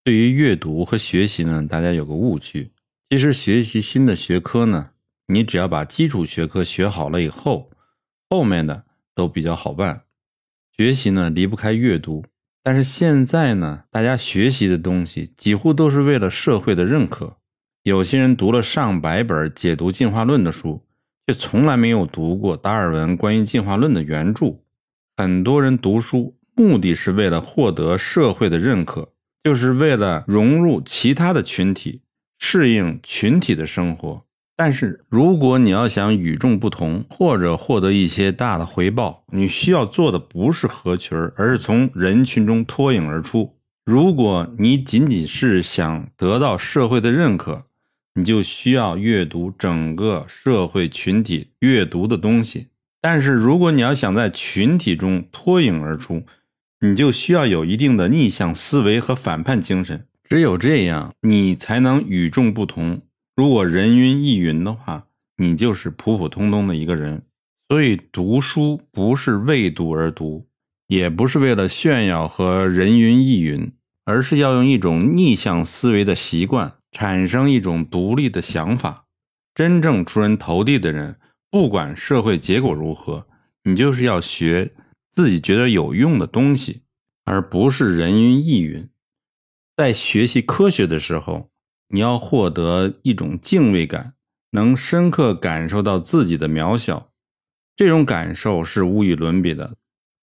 对于阅读和学习呢，大家有个误区。其实学习新的学科呢，你只要把基础学科学好了以后，后面的都比较好办。学习呢离不开阅读，但是现在呢，大家学习的东西几乎都是为了社会的认可。有些人读了上百本解读进化论的书，却从来没有读过达尔文关于进化论的原著。很多人读书目的是为了获得社会的认可，就是为了融入其他的群体，适应群体的生活。但是如果你要想与众不同，或者获得一些大的回报，你需要做的不是合群，而是从人群中脱颖而出。如果你仅仅是想得到社会的认可，你就需要阅读整个社会群体阅读的东西。但是如果你要想在群体中脱颖而出，你就需要有一定的逆向思维和反叛精神。只有这样，你才能与众不同。如果人云亦云的话，你就是普普通通的一个人。所以读书不是为读而读，也不是为了炫耀和人云亦云，而是要用一种逆向思维的习惯，产生一种独立的想法。真正出人头地的人，不管社会结果如何，你就是要学自己觉得有用的东西，而不是人云亦云。在学习科学的时候，你要获得一种敬畏感，能深刻感受到自己的渺小，这种感受是无与伦比的。